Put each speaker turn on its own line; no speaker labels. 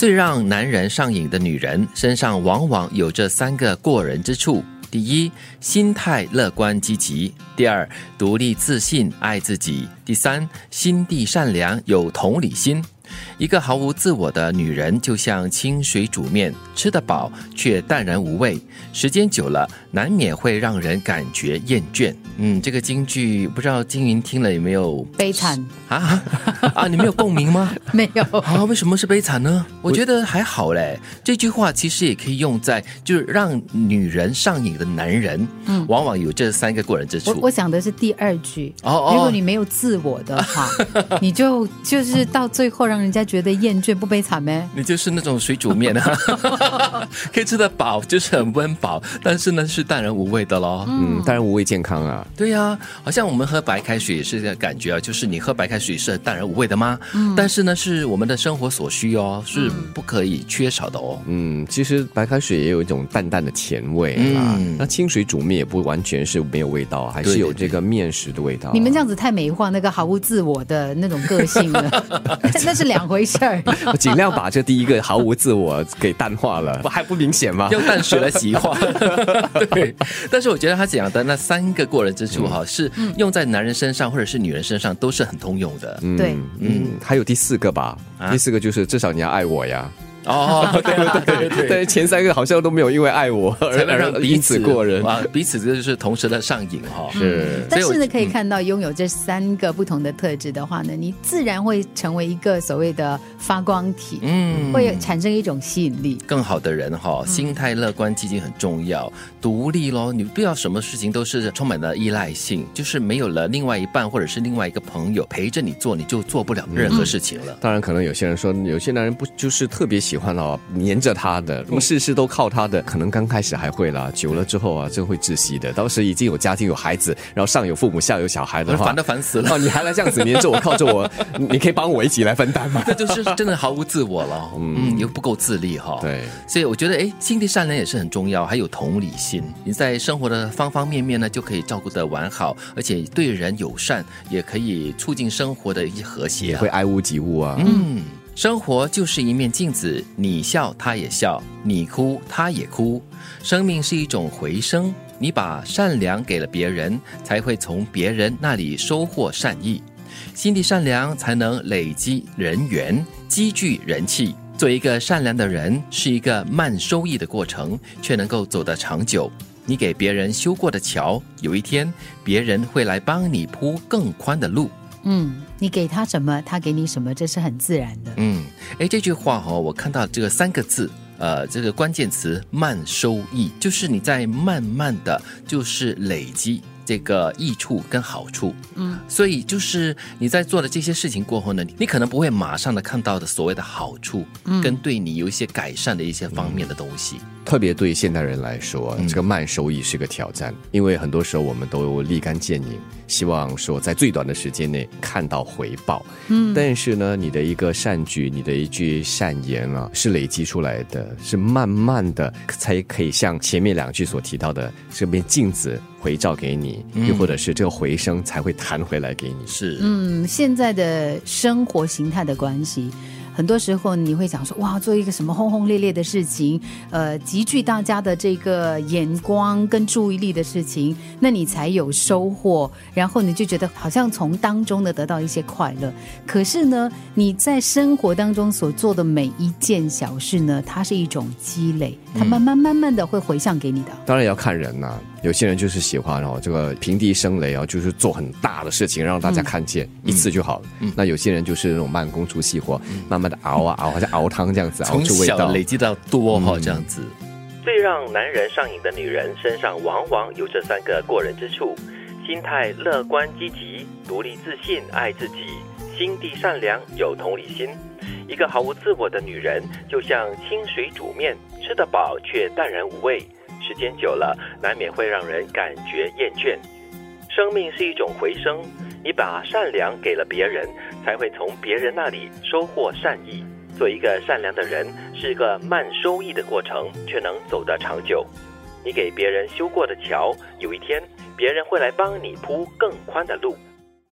最让男人上瘾的女人身上往往有这3个过人之处。第一，心态乐观积极；第二，独立自信爱自己；第三，心地善良有同理心。一个毫无自我的女人就像清水煮面，吃得饱却淡然无味，时间久了难免会让人感觉厌倦。这个京剧不知道金云听了有没有
悲惨
啊？你没有共鸣吗？
没有
啊？为什么是悲惨呢？我觉得还好嘞。这句话其实也可以用在就是让女人上瘾的男人，往往有这3个过人之处。
我想的是第2句，如果你没有自我的话，你就是到最后让人家觉得厌倦，不悲惨咩？
你就是那种水煮面啊，可以吃得饱，就是很温饱，但是呢是淡然无味的咯。
淡然无味健康啊。
对啊，好像我们喝白开水也是这个感觉啊，就是你喝白开水是淡然无味的吗？但是呢是我们的生活所需哦，是不可以缺少的哦。
其实白开水也有一种淡淡的甜味啊。那清水煮面也不完全是没有味道，还是有这个面食的味道。
你们这样子太美化那个毫无自我的那种个性了，那是2回事儿。
我尽量把这第一个毫无自我给淡化了，还不明显吗？
用淡水来洗化。对，但是我觉得他讲的那3个过人之处是用在男人身上或者是女人身上都是很通用的。
对，
还有第4个吧，第4个就是至少你要爱我呀。
对，
前3个好像都没有因为爱我而因此过人
啊，彼此就是同时的上瘾哈。
是，
但是呢，可以看到拥有这3个不同的特质的话呢，你自然会成为一个所谓的发光体，会产生一种吸引力。
更好的人哈，心态乐观积极很重要，独立咯，你不要什么事情都是充满了依赖性，就是没有了另外一半或者是另外一个朋友陪着你做，你就做不了任何事情了。
当然，可能有些人说，有些男人不就是特别喜欢黏着他的，事事都靠他的，可能刚开始还会啦，久了之后啊，真会窒息的。当时已经有家庭有孩子，然后上有父母下有小孩的话，
烦都烦死了。
你还来这样子黏着我靠着我，你可以帮我一起来分担吗？
这就是真的毫无自我了，又不够自立哈。
对，
所以我觉得心地善良也是很重要，还有同理心。你在生活的方方面面呢，就可以照顾得完好，而且对人友善，也可以促进生活的一些和谐，
也会爱屋及乌啊。
生活就是一面镜子，你笑他也笑，你哭他也哭。生命是一种回声，你把善良给了别人，才会从别人那里收获善意。心地善良才能累积人缘，积聚人气。做一个善良的人是一个慢收益的过程，却能够走得长久。你给别人修过的桥，有一天别人会来帮你铺更宽的路。
你给他什么，他给你什么，这是很自然的。
这句话我看到这个3个字，这个关键词慢收益，就是你在慢慢的就是累积这个益处跟好处。所以就是你在做的这些事情过后呢，你可能不会马上的看到的所谓的好处，跟对你有一些改善的一些方面的东西。
特别对现代人来说，这个慢收益是个挑战，因为很多时候我们都立竿见影，希望说在最短的时间内看到回报。但是呢，你的一个善举，你的一句善言啊，是累积出来的，是慢慢的才可以像前面2句所提到的，这面镜子回照给你，又或者是这个回声才会弹回来给你。
是，
现在的生活形态的关系，很多时候你会想说，哇，做一个什么轰轰烈烈的事情，集聚大家的这个眼光跟注意力的事情，那你才有收获，然后你就觉得好像从当中呢得到一些快乐。可是呢，你在生活当中所做的每一件小事呢，它是一种积累，它慢慢的会回向给你的。
当然也要看人啊，有些人就是喜欢这个平地生雷就是做很大的事情让大家看见，一次就好了。那有些人就是那种慢工出细活，慢慢的熬啊熬，好像熬汤这样子，熬出味道，
从小累积到多这样子。最让男人上瘾的女人身上往往有这3个过人之处：心态乐观积极，独立自信爱自己，心地善良有同理心。一个毫无自我的女人就像清水煮面，吃得饱却淡然无味，时间久了难免会让人感觉厌倦。生命是一种回声，你把善良给了别人，才会从别人那里收获善意。做一个善良的人是个慢收益的过程，却能走得长久。你给别人修过的桥，有一天别人会来帮你铺更宽的路。